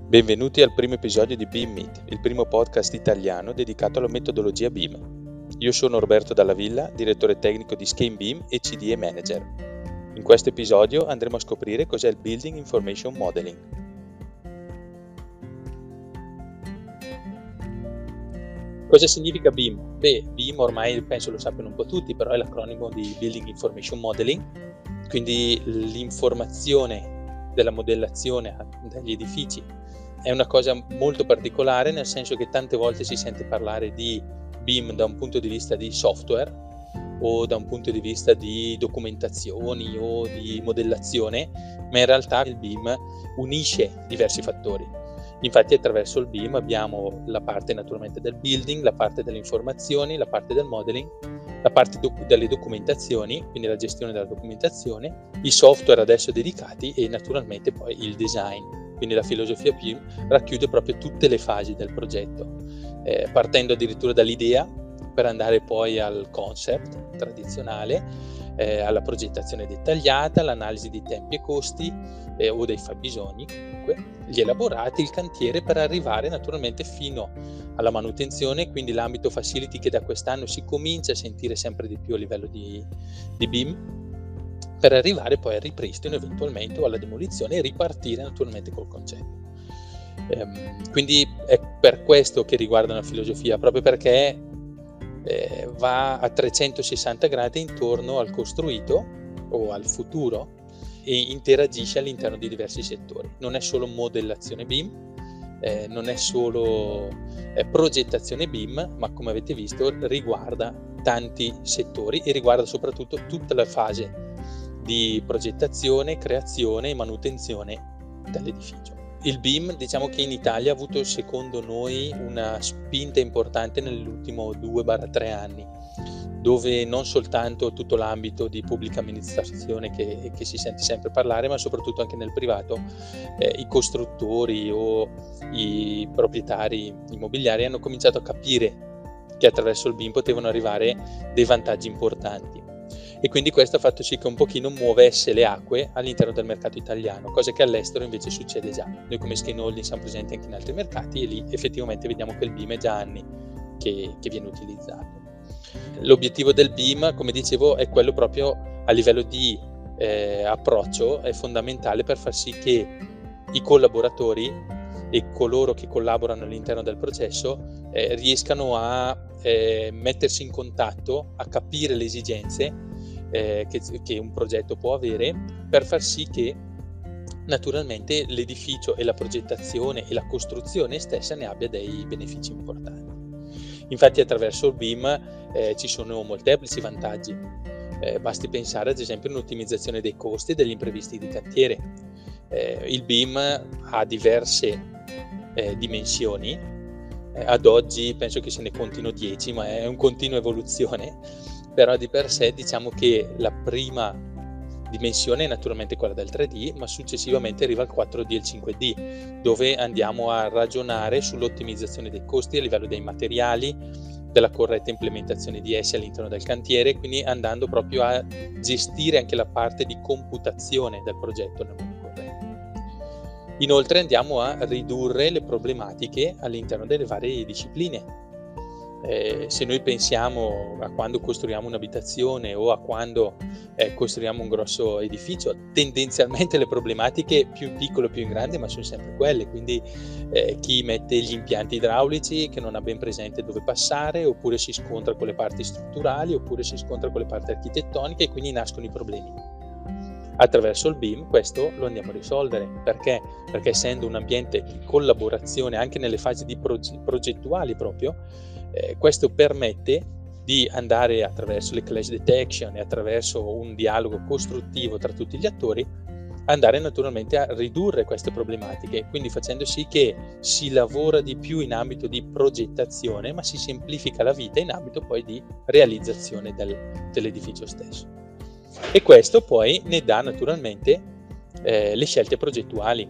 Benvenuti al primo episodio di BIM Meet, il primo podcast italiano dedicato alla metodologia BIM. Io sono Roberto Dalla Villa, direttore tecnico di Scheme BIM e CDE Manager. In questo episodio andremo a scoprire cos'è il Building Information Modeling. Cosa significa BIM? BIM ormai penso lo sappiano un po' tutti, però è l'acronimo di Building Information Modeling, quindi l'informazione della modellazione degli edifici è una cosa molto particolare, nel senso che tante volte si sente parlare di BIM da un punto di vista di software o da un punto di vista di documentazioni o di modellazione, ma in realtà il BIM unisce diversi fattori. Infatti attraverso il BIM abbiamo la parte naturalmente del building, la parte delle informazioni, la parte del modeling, la parte delle documentazioni, quindi la gestione della documentazione, i software adesso dedicati e naturalmente poi il design. Quindi la filosofia BIM racchiude proprio tutte le fasi del progetto, partendo addirittura dall'idea per andare poi al concept tradizionale, alla progettazione dettagliata, l'analisi di tempi e costi o dei fabbisogni, comunque, gli elaborati, il cantiere, per arrivare naturalmente fino alla manutenzione, quindi l'ambito facility che da quest'anno si comincia a sentire sempre di più a livello di BIM, per arrivare poi al ripristino eventualmente o alla demolizione e ripartire naturalmente col concetto. Quindi è per questo che riguarda la filosofia, proprio perché va a 360 gradi intorno al costruito o al futuro e interagisce all'interno di diversi settori. Non è solo modellazione BIM, non è solo progettazione BIM, ma come avete visto riguarda tanti settori e riguarda soprattutto tutta la fase di progettazione, creazione e manutenzione dell'edificio. Il BIM, diciamo che in Italia ha avuto secondo noi una spinta importante nell'ultimo 2-3 anni, dove non soltanto tutto l'ambito di pubblica amministrazione che si sente sempre parlare, ma soprattutto anche nel privato, i costruttori o i proprietari immobiliari hanno cominciato a capire che attraverso il BIM potevano arrivare dei vantaggi importanti. E quindi questo ha fatto sì che un pochino muovesse le acque all'interno del mercato italiano, cosa che all'estero invece succede già. Noi come Scheme Holding siamo presenti anche in altri mercati e lì effettivamente vediamo che il BIM è già anni che viene utilizzato. L'obiettivo del BIM, come dicevo, è quello proprio a livello di approccio, è fondamentale per far sì che i collaboratori e coloro che collaborano all'interno del processo riescano a mettersi in contatto, a capire le esigenze che un progetto può avere, per far sì che naturalmente l'edificio e la progettazione e la costruzione stessa ne abbia dei benefici importanti. Infatti attraverso il BIM ci sono molteplici vantaggi, basti pensare ad esempio all'ottimizzazione dei costi e degli imprevisti di cantiere. Il BIM ha diverse dimensioni, ad oggi penso che se ne contino 10, ma è un continua evoluzione. Però di per sé diciamo che la prima dimensione è naturalmente quella del 3D, ma successivamente arriva il 4D e il 5D, dove andiamo a ragionare sull'ottimizzazione dei costi a livello dei materiali, della corretta implementazione di essi all'interno del cantiere, quindi andando proprio a gestire anche la parte di computazione del progetto nel modo corretto. Inoltre andiamo a ridurre le problematiche all'interno delle varie discipline. Se noi pensiamo a quando costruiamo un'abitazione o a quando costruiamo un grosso edificio, tendenzialmente le problematiche più piccole o più in grande, ma sono sempre quelle, quindi chi mette gli impianti idraulici che non ha ben presente dove passare, oppure si scontra con le parti strutturali, oppure si scontra con le parti architettoniche e quindi nascono i problemi. Attraverso il BIM questo lo andiamo a risolvere, perché essendo un ambiente di collaborazione anche nelle fasi di progettuali proprio, questo permette di andare attraverso le clash detection e attraverso un dialogo costruttivo tra tutti gli attori, andare naturalmente a ridurre queste problematiche, quindi facendo sì che si lavora di più in ambito di progettazione, ma si semplifica la vita in ambito poi di realizzazione dell'edificio stesso. E questo poi ne dà naturalmente le scelte progettuali,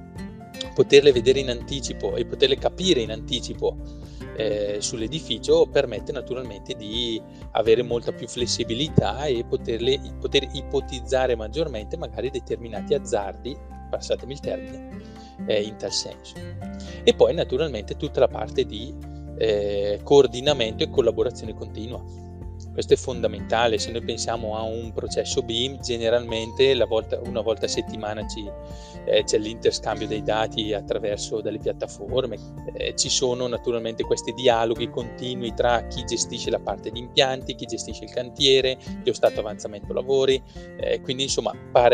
poterle vedere in anticipo e poterle capire in anticipo sull'edificio permette naturalmente di avere molta più flessibilità e poter ipotizzare maggiormente magari determinati azzardi passatemi il termine, in tal senso. E poi naturalmente tutta la parte di coordinamento e collaborazione continua. Questo è fondamentale. Se noi pensiamo a un processo BIM, generalmente una volta a settimana c'è l'interscambio dei dati attraverso delle piattaforme, ci sono naturalmente questi dialoghi continui tra chi gestisce la parte di impianti, chi gestisce il cantiere, chi è stato avanzamento lavori, quindi insomma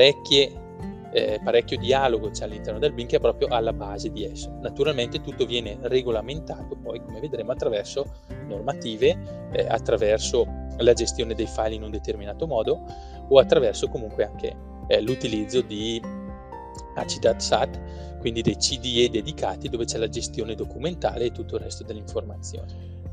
parecchio dialogo c'è all'interno del BIM che è proprio alla base di esso. Naturalmente tutto viene regolamentato poi, come vedremo, attraverso normative, attraverso la gestione dei file in un determinato modo o attraverso comunque anche l'utilizzo di ACIDAT-SAT, quindi dei CDE dedicati dove c'è la gestione documentale e tutto il resto delle informazioni.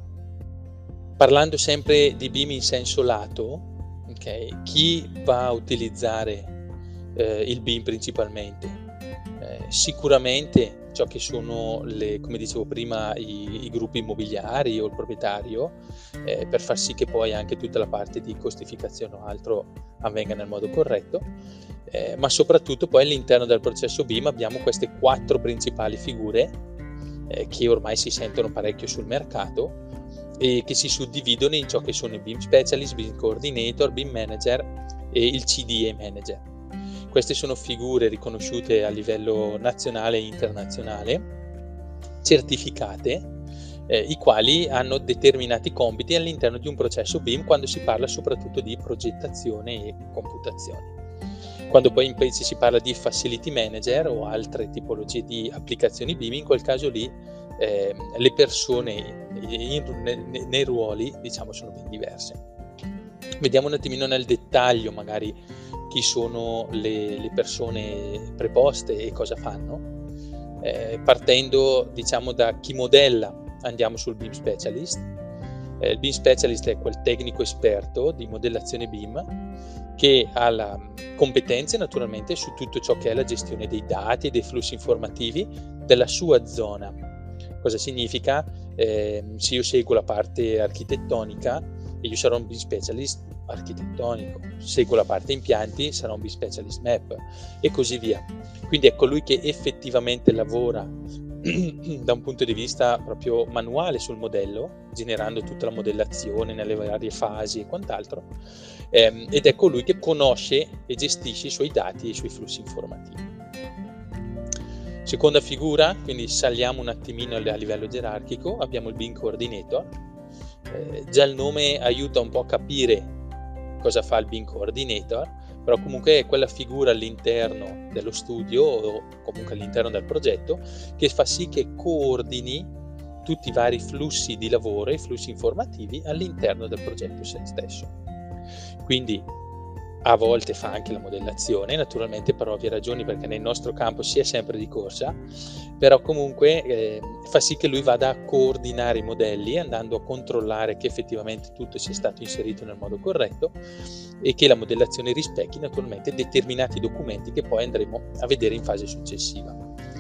Parlando sempre di BIM in senso lato, chi va a utilizzare il BIM principalmente? Sicuramente ciò che sono come dicevo prima, i gruppi immobiliari o il proprietario, per far sì che poi anche tutta la parte di costificazione o altro avvenga nel modo corretto, ma soprattutto poi all'interno del processo BIM abbiamo queste 4 principali figure che ormai si sentono parecchio sul mercato e che si suddividono in ciò che sono i BIM Specialist, BIM Coordinator, BIM Manager e il CDE Manager. Queste sono figure riconosciute a livello nazionale e internazionale, certificate, i quali hanno determinati compiti all'interno di un processo BIM quando si parla soprattutto di progettazione e computazione. Quando poi invece si parla di Facility Manager o altre tipologie di applicazioni BIM, in quel caso lì le persone nei ruoli, diciamo, sono ben diverse. Vediamo un attimino nel dettaglio magari chi sono le persone preposte e cosa fanno. Partendo, diciamo, da chi modella, andiamo sul BIM Specialist. Il BIM Specialist è quel tecnico esperto di modellazione BIM che ha la competenze naturalmente su tutto ciò che è la gestione dei dati e dei flussi informativi della sua zona. Cosa significa? Se io seguo la parte architettonica, io sarò un BIM Specialist architettonico, seguo la parte impianti, sarà un BIM Specialist Map e così via. Quindi è colui che effettivamente lavora da un punto di vista proprio manuale sul modello, generando tutta la modellazione nelle varie fasi e quant'altro, ed è colui che conosce e gestisce i suoi dati e i suoi flussi informativi. Seconda figura, quindi saliamo un attimino a livello gerarchico, abbiamo il BIM Coordinator. Già il nome aiuta un po' a capire cosa fa il BIM Coordinator, però comunque è quella figura all'interno dello studio o comunque all'interno del progetto che fa sì che coordini tutti i vari flussi di lavoro e flussi informativi all'interno del progetto stesso. Quindi a volte fa anche la modellazione, naturalmente per ovvie ragioni, perché nel nostro campo si è sempre di corsa, però comunque fa sì che lui vada a coordinare i modelli, andando a controllare che effettivamente tutto sia stato inserito nel modo corretto e che la modellazione rispecchi naturalmente determinati documenti che poi andremo a vedere in fase successiva.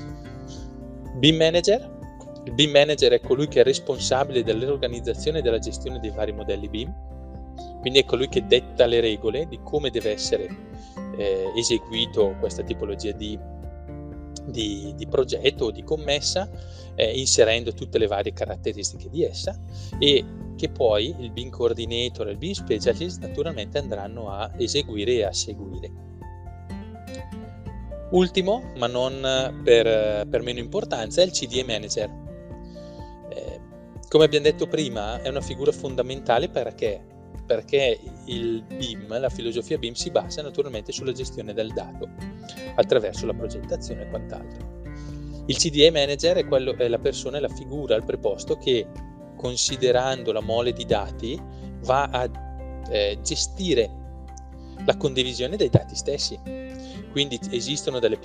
BIM Manager. Il BIM Manager è colui che è responsabile dell'organizzazione e della gestione dei vari modelli BIM. Quindi è colui che detta le regole di come deve essere eseguito questa tipologia di progetto o di commessa, inserendo tutte le varie caratteristiche di essa, e che poi il BIM Coordinator e il BIM Specialist naturalmente andranno a eseguire e a seguire. Ultimo, ma non per meno importanza, è il CDE Manager. Come abbiamo detto prima, è una figura fondamentale perché il BIM, la filosofia BIM si basa naturalmente sulla gestione del dato attraverso la progettazione e quant'altro. Il CDE Manager è la persona, la figura, il preposto che, considerando la mole di dati, va a gestire la condivisione dei dati stessi. Quindi esistono delle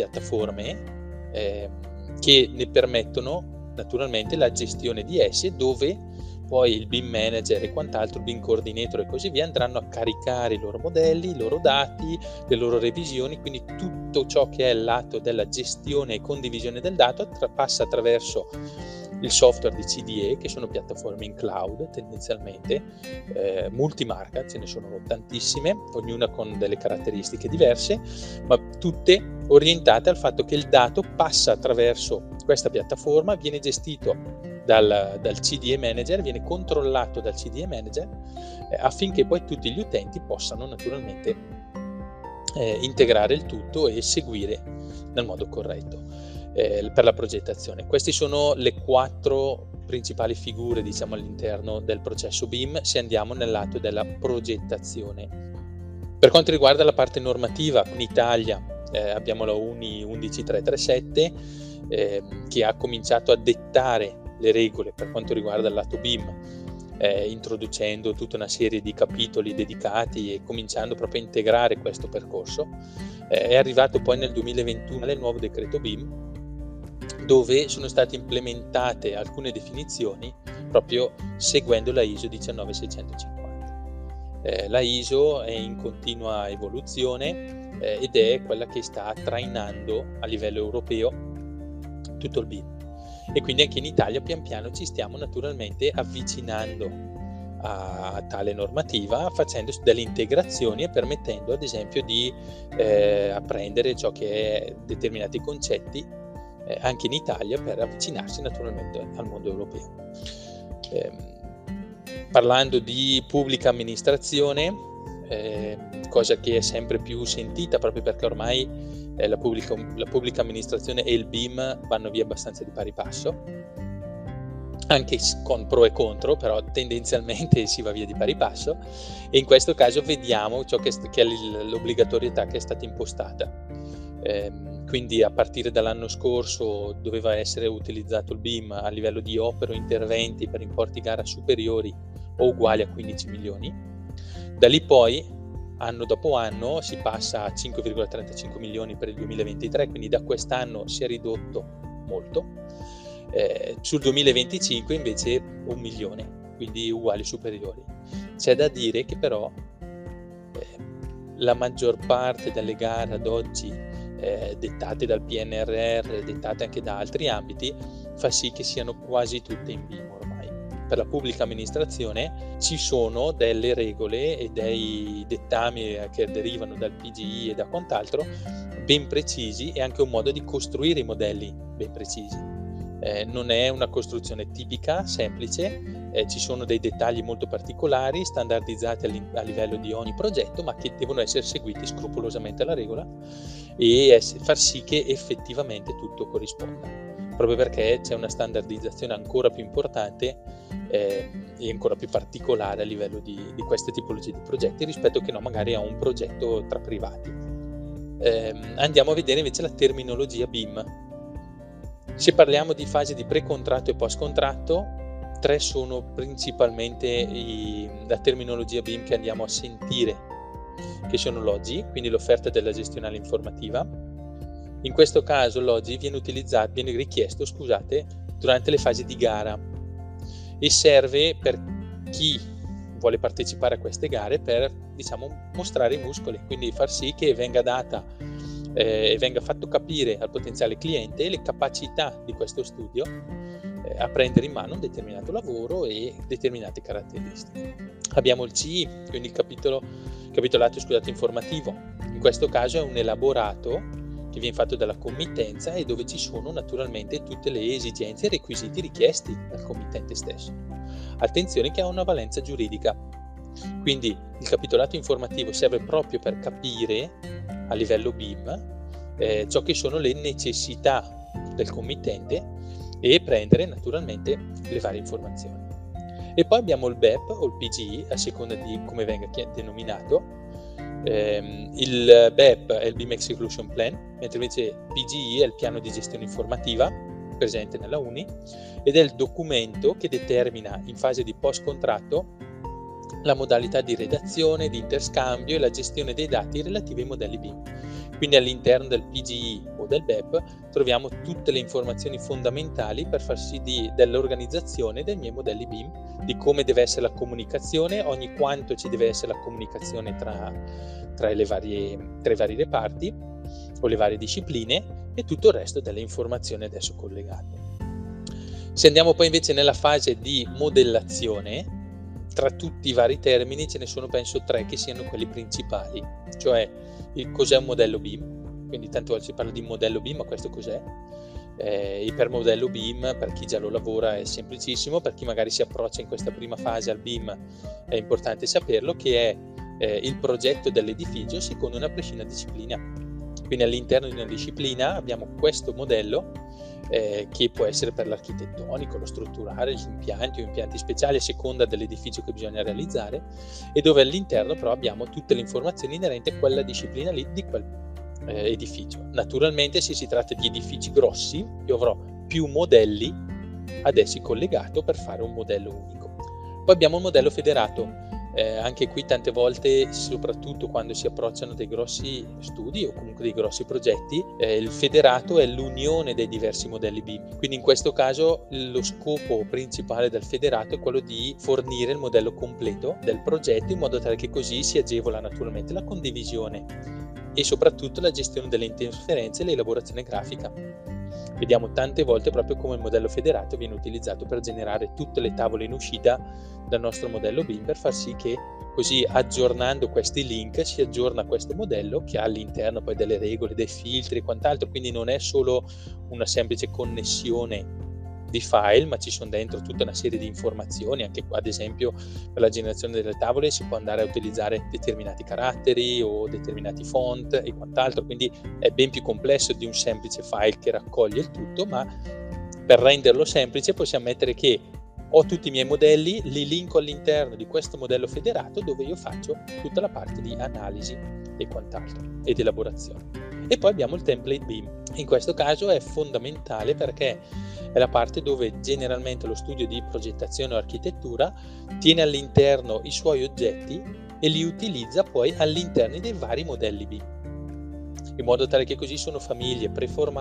piattaforme che ne permettono naturalmente la gestione di esse, dove poi il BIM manager e quant'altro, BIM coordinator e così via, andranno a caricare i loro modelli, i loro dati, le loro revisioni, quindi tutto ciò che è il lato della gestione e condivisione del dato passa attraverso il software di CDE, che sono piattaforme in cloud tendenzialmente, multimarca, ce ne sono tantissime, ognuna con delle caratteristiche diverse, ma tutte orientate al fatto che il dato passa attraverso questa piattaforma, viene gestito dal CDE manager, viene controllato dal CDE manager, affinché poi tutti gli utenti possano naturalmente integrare il tutto e seguire nel modo corretto per la progettazione. Queste sono le 4 principali figure, diciamo, all'interno del processo BIM, se andiamo nel lato della progettazione. Per quanto riguarda la parte normativa, in Italia abbiamo la UNI 11337 che ha cominciato a dettare le regole per quanto riguarda il lato BIM, introducendo tutta una serie di capitoli dedicati e cominciando proprio a integrare questo percorso. È arrivato poi nel 2021 il nuovo decreto BIM, dove sono state implementate alcune definizioni proprio seguendo la ISO 19650. La ISO è in continua evoluzione ed è quella che sta trainando a livello europeo tutto il BIM, e quindi anche in Italia pian piano ci stiamo naturalmente avvicinando a tale normativa, facendo delle integrazioni e permettendo ad esempio di apprendere ciò che è determinati concetti anche in Italia, per avvicinarsi naturalmente al mondo europeo. Parlando di pubblica amministrazione, cosa che è sempre più sentita proprio perché ormai la pubblica amministrazione e il BIM vanno via abbastanza di pari passo, anche con pro e contro, però tendenzialmente si va via di pari passo, e in questo caso vediamo ciò che è l'obbligatorietà che è stata impostata. Quindi a partire dall'anno scorso doveva essere utilizzato il BIM a livello di opere o interventi per importi gara superiori o uguali a 15 milioni. Da lì poi, anno dopo anno, si passa a 5,35 milioni per il 2023, quindi da quest'anno si è ridotto molto. Sul 2025 invece 1 milione, quindi uguali o superiori. C'è da dire che però la maggior parte delle gare ad oggi dettate dal PNRR, dettate anche da altri ambiti, fa sì che siano quasi tutte in BIM ormai. Per la pubblica amministrazione ci sono delle regole e dei dettami che derivano dal PGI e da quant'altro ben precisi, e anche un modo di costruire i modelli ben precisi. Non è una costruzione tipica, semplice, ci sono dei dettagli molto particolari, standardizzati a livello di ogni progetto, ma che devono essere seguiti scrupolosamente alla regola e far sì che effettivamente tutto corrisponda, proprio perché c'è una standardizzazione ancora più importante e ancora più particolare a livello di queste tipologie di progetti rispetto che no magari a un progetto tra privati. Andiamo a vedere invece la terminologia BIM. Se parliamo di fase di pre-contratto e post-contratto, 3 sono principalmente la terminologia BIM che andiamo a sentire, che sono l'OGI, quindi l'offerta della gestionale informativa. In questo caso l'OGI viene richiesto durante le fasi di gara e serve per chi vuole partecipare a queste gare per, diciamo, mostrare i muscoli, quindi far sì che venga data e venga fatto capire al potenziale cliente le capacità di questo studio a prendere in mano un determinato lavoro e determinate caratteristiche. Abbiamo il CI, quindi il capitolato informativo. In questo caso è un elaborato che viene fatto dalla committenza e dove ci sono naturalmente tutte le esigenze e requisiti richiesti dal committente stesso. Attenzione che ha una valenza giuridica, quindi il capitolato informativo serve proprio per capire a livello BIM ciò che sono le necessità del committente e prendere naturalmente le varie informazioni. E poi abbiamo il BEP o il PGI, a seconda di come venga denominato. Il BEP è il BIM Execution Plan, mentre invece PGI è il piano di gestione informativa presente nella UNI, ed è il documento che determina in fase di post contratto la modalità di redazione, di interscambio e la gestione dei dati relativi ai modelli BIM. Quindi all'interno del PGI o del BEP troviamo tutte le informazioni fondamentali per far sì dell'organizzazione dei miei modelli BIM, di come deve essere la comunicazione, ogni quanto ci deve essere la comunicazione tra i vari reparti o le varie discipline e tutto il resto delle informazioni adesso collegate. Se andiamo poi invece nella fase di modellazione, tra tutti i vari termini ce ne sono penso 3 che siano quelli principali, cioè cos'è un modello BIM, quindi tante volte si parla di modello BIM, ma questo cos'è? Ipermodello BIM, per chi già lo lavora è semplicissimo, per chi magari si approccia in questa prima fase al BIM è importante saperlo, che è il progetto dell'edificio secondo una precisa disciplina. Quindi all'interno di una disciplina abbiamo questo modello che può essere per l'architettonico, lo strutturale, gli impianti o impianti speciali a seconda dell'edificio che bisogna realizzare, e dove all'interno però abbiamo tutte le informazioni inerenti a quella disciplina lì di quel edificio. Naturalmente se si tratta di edifici grossi io avrò più modelli ad essi collegato per fare un modello unico. Poi abbiamo un modello federato. Anche qui tante volte, soprattutto quando si approcciano dei grossi studi o comunque dei grossi progetti, il federato è l'unione dei diversi modelli BIM. Quindi in questo caso lo scopo principale del federato è quello di fornire il modello completo del progetto in modo tale che così si agevola naturalmente la condivisione e soprattutto la gestione delle interferenze e l'elaborazione grafica. Vediamo tante volte proprio come il modello federato viene utilizzato per generare tutte le tavole in uscita dal nostro modello BIM, per far sì che così, aggiornando questi link, si aggiorna questo modello che ha all'interno poi delle regole, dei filtri e quant'altro, quindi non è solo una semplice connessione di file, ma ci sono dentro tutta una serie di informazioni. Anche qua, ad esempio, per la generazione delle tavole si può andare a utilizzare determinati caratteri o determinati font e quant'altro, quindi è ben più complesso di un semplice file che raccoglie il tutto, ma per renderlo semplice possiamo mettere che ho tutti i miei modelli, li linko all'interno di questo modello federato dove io faccio tutta la parte di analisi e quant'altro ed elaborazione. E poi abbiamo il template BIM. In questo caso è fondamentale perché è la parte dove generalmente lo studio di progettazione o architettura tiene all'interno i suoi oggetti e li utilizza poi all'interno dei vari modelli BIM, in modo tale che così sono famiglie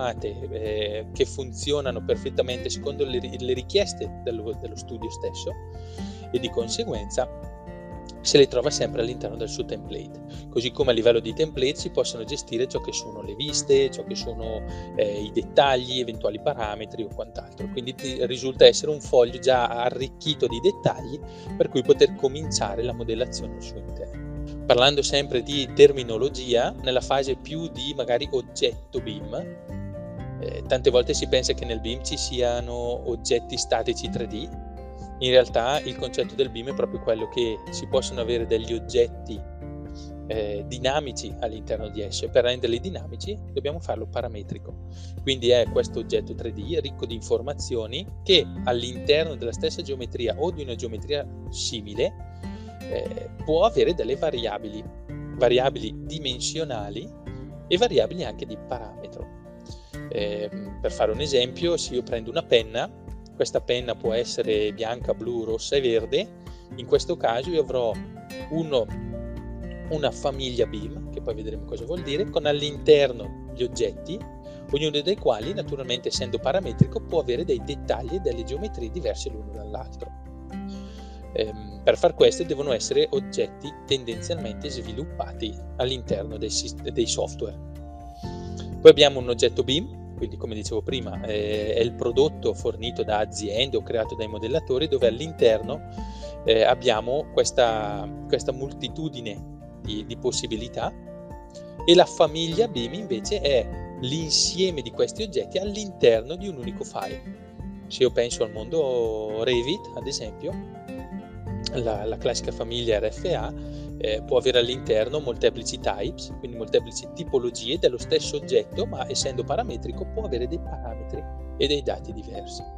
preformate che funzionano perfettamente secondo le richieste dello studio stesso, e di conseguenza se le trova sempre all'interno del suo template. Così come a livello di template si possono gestire ciò che sono le viste, ciò che sono i dettagli, eventuali parametri o quant'altro. Quindi risulta essere un foglio già arricchito di dettagli per cui poter cominciare la modellazione al suo interno. Parlando sempre di terminologia, nella fase più di magari oggetto BIM, tante volte si pensa che nel BIM ci siano oggetti statici 3D. In realtà il concetto del BIM è proprio quello che si possono avere degli oggetti dinamici all'interno di esso, e per renderli dinamici dobbiamo farlo parametrico. Quindi è questo oggetto 3D ricco di informazioni che all'interno della stessa geometria o di una geometria simile può avere delle variabili dimensionali e variabili anche di parametro. Per fare un esempio, se io prendo una penna, questa penna può essere bianca, blu, rossa e verde. In questo caso io avrò una famiglia BIM, che poi vedremo cosa vuol dire, con all'interno gli oggetti, ognuno dei quali naturalmente essendo parametrico può avere dei dettagli e delle geometrie diverse l'uno dall'altro. Per far questo devono essere oggetti tendenzialmente sviluppati all'interno dei software. Poi abbiamo un oggetto BIM, quindi come dicevo prima è il prodotto fornito da aziende o creato dai modellatori, dove all'interno abbiamo questa moltitudine di possibilità, e la famiglia BIM invece è l'insieme di questi oggetti all'interno di un unico file. Se io penso al mondo Revit, ad esempio, la classica famiglia RFA può avere all'interno molteplici types, quindi molteplici tipologie dello stesso oggetto, ma essendo parametrico può avere dei parametri e dei dati diversi.